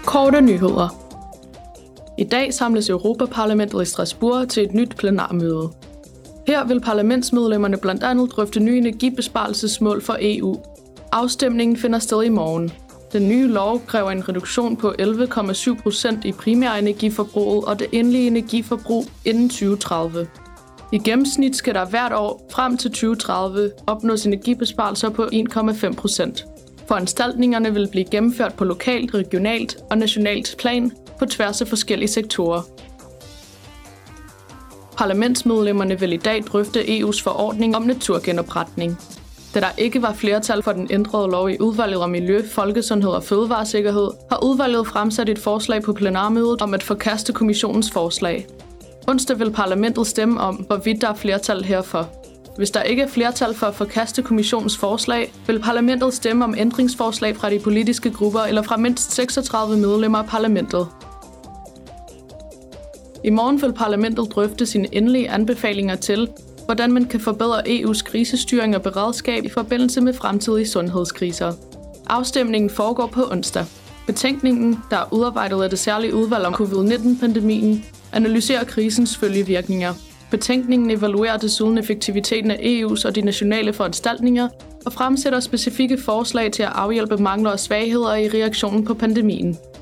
Korte nyheder. I dag samles Europa-Parlamentet i Strasbourg til et nyt plenarmøde. Her vil parlamentsmedlemmerne blandt andet drøfte nye energibesparelsesmål for EU. Afstemningen finder sted i morgen. Den nye lov kræver en reduktion på 11,7% i primærenergiforbruget og det endelige energiforbrug inden 2030. I gennemsnit skal der hvert år frem til 2030 opnås energibesparelser på 1,5%. Foranstaltningerne vil blive gennemført på lokalt, regionalt og nationalt plan på tværs af forskellige sektorer. Parlamentsmedlemmerne vil i dag drøfte EU's forordning om naturgenopretning. Da der ikke var flertal for den ændrede lov i udvalget om miljø, folkesundhed og fødevaresikkerhed, har udvalget fremsat et forslag på plenarmødet om at forkaste kommissionens forslag. Onsdag vil parlamentet stemme om, hvorvidt der er flertal herfor. Hvis der ikke er flertal for at forkaste kommissionens forslag, vil parlamentet stemme om ændringsforslag fra de politiske grupper eller fra mindst 36 medlemmer af parlamentet. I morgen vil parlamentet drøfte sine endelige anbefalinger til, hvordan man kan forbedre EU's krisestyring og beredskab i forbindelse med fremtidige sundhedskriser. Afstemningen foregår på onsdag. Betænkningen, der er udarbejdet af det særlige udvalg om covid-19-pandemien, analyserer krisens følgevirkninger. Betænkningen evaluerer desuden effektiviteten af EU's og de nationale foranstaltninger og fremsætter specifikke forslag til at afhjælpe mangler og svagheder i reaktionen på pandemien.